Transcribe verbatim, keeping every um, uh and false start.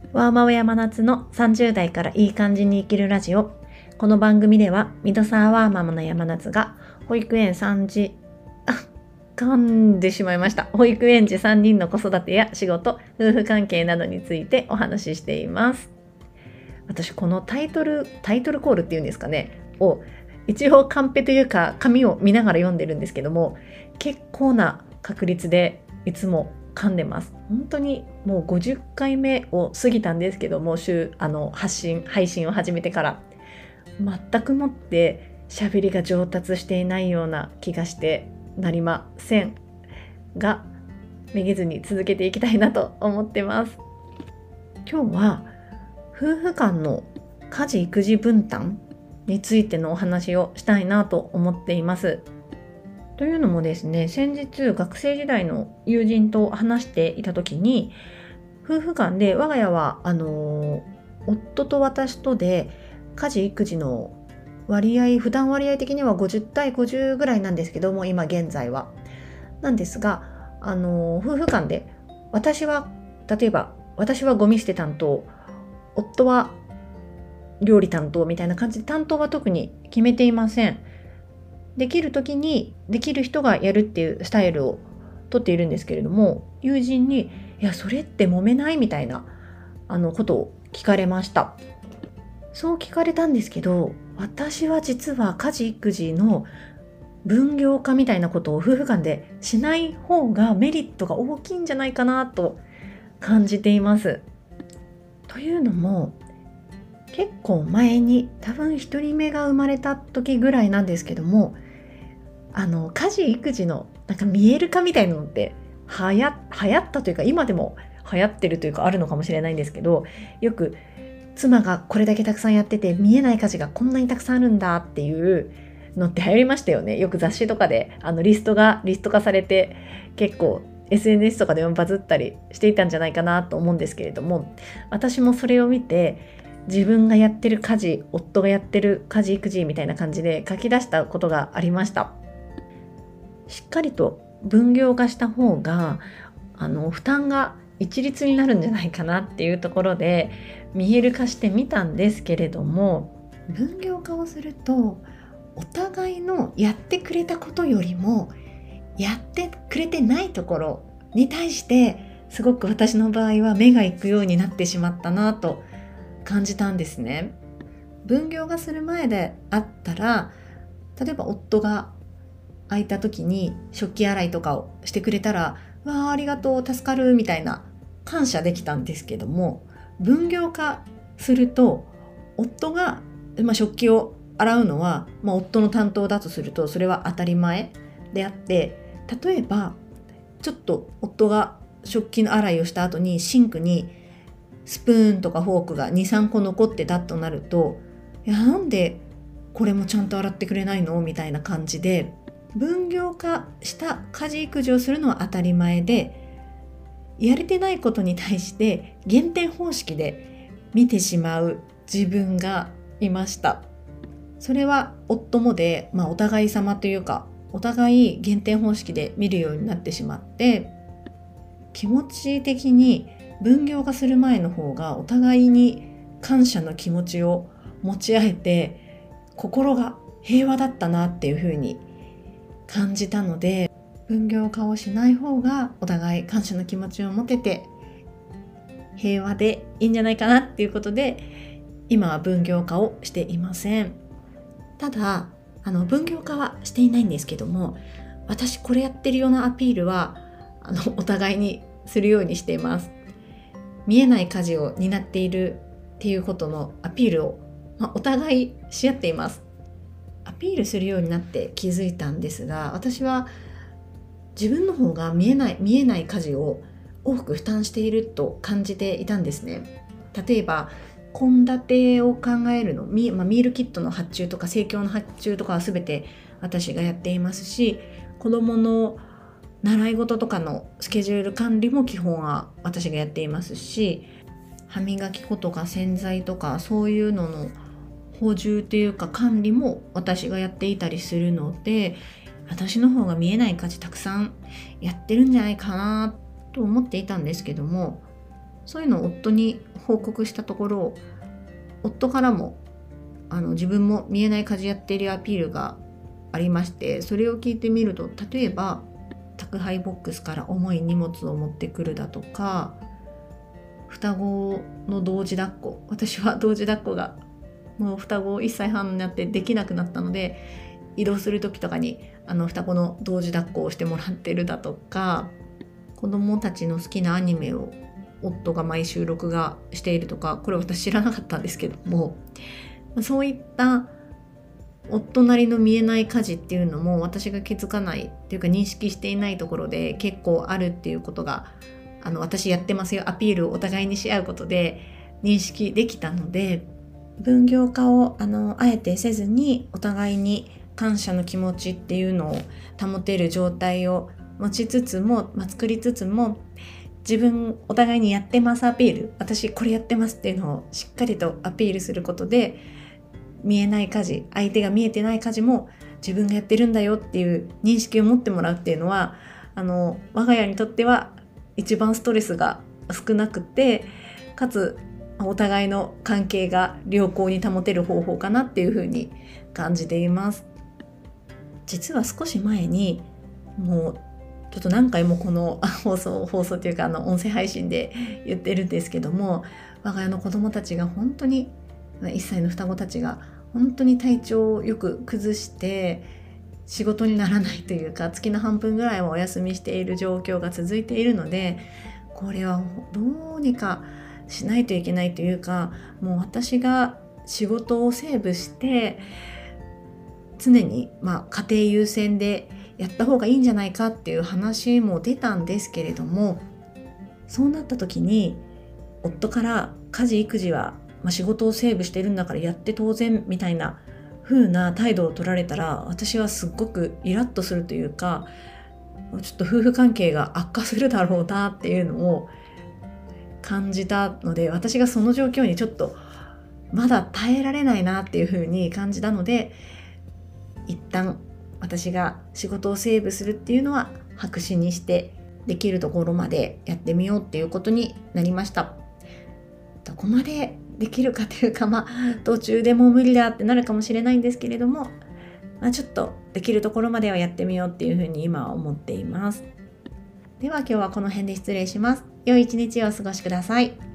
ワーママ山夏のさんじゅう代からいい感じに生きるラジオ。この番組ではミドサーワーママの山夏が保育園さんじあ噛んでしまいました保育園児さんにんの子育てや仕事、夫婦関係などについてお話ししています。私このタイトルタイトルコールっていうんですかねを一応カンペというか紙を見ながら読んでるんですけども、結構な確率でいつも噛んでます。本当にもうごじゅっかいめを過ぎたんですけども、週あの発信配信を始めてから全くもって喋りが上達していないような気がしてなりませんが、めげずに続けていきたいなと思ってます。今日は夫婦間の家事育児分担についてのお話をしたいなと思っています。というのもですね、先日学生時代の友人と話していた時に、夫婦間で我が家はあの夫と私とで家事育児の割合負担割合的にはごじゅう対ごじゅうぐらいなんですけども、今現在はなんですが、あの夫婦間で私は例えば私はゴミ捨て担当、夫は料理担当みたいな感じで担当は特に決めていません。できる時にできる人がやるっていうスタイルをとっているんですけれども、友人にいやそれって揉めないみたいなあのことを聞かれました。そう聞かれたんですけど、私は実は家事育児の分業化みたいなことを夫婦間でしない方がメリットが大きいんじゃないかなと感じています。というのも、結構前に多分ひとりめが生まれた時ぐらいなんですけども、あの家事育児のなんか見える化みたいなのってはや流行ったというか、今でも流行ってるというかあるのかもしれないんですけど、よく妻がこれだけたくさんやってて見えない家事がこんなにたくさんあるんだっていうのって流行りましたよね。よく雑誌とかであのリストがリスト化されて結構 エスエヌエス とかでもバズったりしていたんじゃないかなと思うんですけれども、私もそれを見て自分がやってる家事、夫がやってる家事育児みたいな感じで書き出したことがありました。しっかりと分業化した方があの負担が一律になるんじゃないかなっていうところで見える化してみたんですけれども、分業化をするとお互いのやってくれたことよりもやってくれてないところに対してすごく私の場合は目が行くようになってしまったなと感じたんですね。分業化する前であったら、例えば夫が空いた時に食器洗いとかをしてくれたら、わあありがとう助かるみたいな感謝できたんですけども、分業化すると夫が、まあ、食器を洗うのは、まあ、夫の担当だとするとそれは当たり前であって、例えばちょっと夫が食器の洗いをした後にシンクにスプーンとかフォークが にさんこ残ってたとなると、いやなんでこれもちゃんと洗ってくれないのみたいな感じで、分業化した家事育児をするのは当たり前で、やれてないことに対して減点方式で見てしまう自分がいました。それは夫もで、まあ、お互い様というかお互い減点方式で見るようになってしまって、気持ち的に分業化する前の方がお互いに感謝の気持ちを持ち合えて心が平和だったなっていう風に感じたので、分業化をしない方がお互い感謝の気持ちを持てて平和でいいんじゃないかなっていうことで、今は分業化をしていません。ただあの分業化はしていないんですけども、私これやってるようなアピールはあのお互いにするようにしています。見えない家事を担っているっていうことのアピールを、まあ、お互いし合っています。アピールするようになって気づいたんですが、私は自分の方が見えない見えない家事を多く負担していると感じていたんですね。例えば献立を考えるの、ミ、まあ、ミールキットの発注とか生協の発注とかは全て私がやっていますし、子どもの習い事とかのスケジュール管理も基本は私がやっていますし、歯磨き粉とか洗剤とかそういうのの補充というか管理も私がやっていたりするので、私の方が見えない家事たくさんやってるんじゃないかなと思っていたんですけども、 そういうのを夫に報告したところ、夫からもあの自分も見えない家事やっているアピールがありまして、それを聞いてみると、例えば宅配ボックスから重い荷物を持ってくるだとか、双子の同時抱っこ、私は同時抱っこがもう双子いっさいはんになってできなくなったので、移動する時とかにあの双子の同時抱っこをしてもらってるだとか、子供たちの好きなアニメを夫が毎週録画しているとか、これ私知らなかったんですけども、そういった夫なりの見えない家事っていうのも私が気づかないっていうか認識していないところで結構あるっていうことが、あの私やってますよアピールをお互いにし合うことで認識できたので、分業化をあのあえてせずにお互いに感謝の気持ちっていうのを保てる状態を持ちつつも、まあ、作りつつも、自分お互いにやってますアピール、私これやってますっていうのをしっかりとアピールすることで、見えない家事、相手が見えてない家事も自分がやってるんだよっていう認識を持ってもらうっていうのは、あの我が家にとっては一番ストレスが少なくて、かつお互いの関係が良好に保てる方法かなっていうふうに感じています。実は少し前にもうちょっと何回もこの放送放送というかあの音声配信で言ってるんですけども、我が家の子供たちが本当にいっさいの双子たちが本当に体調をよく崩して仕事にならないというか、月の半分ぐらいはお休みしている状況が続いているので、これはどうにかしないといけないというか、もう私が仕事をセーブして常に、まあ、家庭優先でやった方がいいんじゃないかっていう話も出たんですけれども、そうなった時に夫から家事育児は、まあ、仕事をセーブしてるんだからやって当然みたいな風な態度を取られたら、私はすっごくイラッとするというか、ちょっと夫婦関係が悪化するだろうなっていうのを感じたので、私がその状況にちょっとまだ耐えられないなっていう風に感じたので、一旦私が仕事をセーブするっていうのは白紙にして、できるところまでやってみようっていうことになりました。どこまでできるかというか、まあ途中でもう無理だってなるかもしれないんですけれども、まあ、ちょっとできるところまではやってみようっていうふうに今は思っています。では今日はこの辺で失礼します。良い一日をお過ごしください。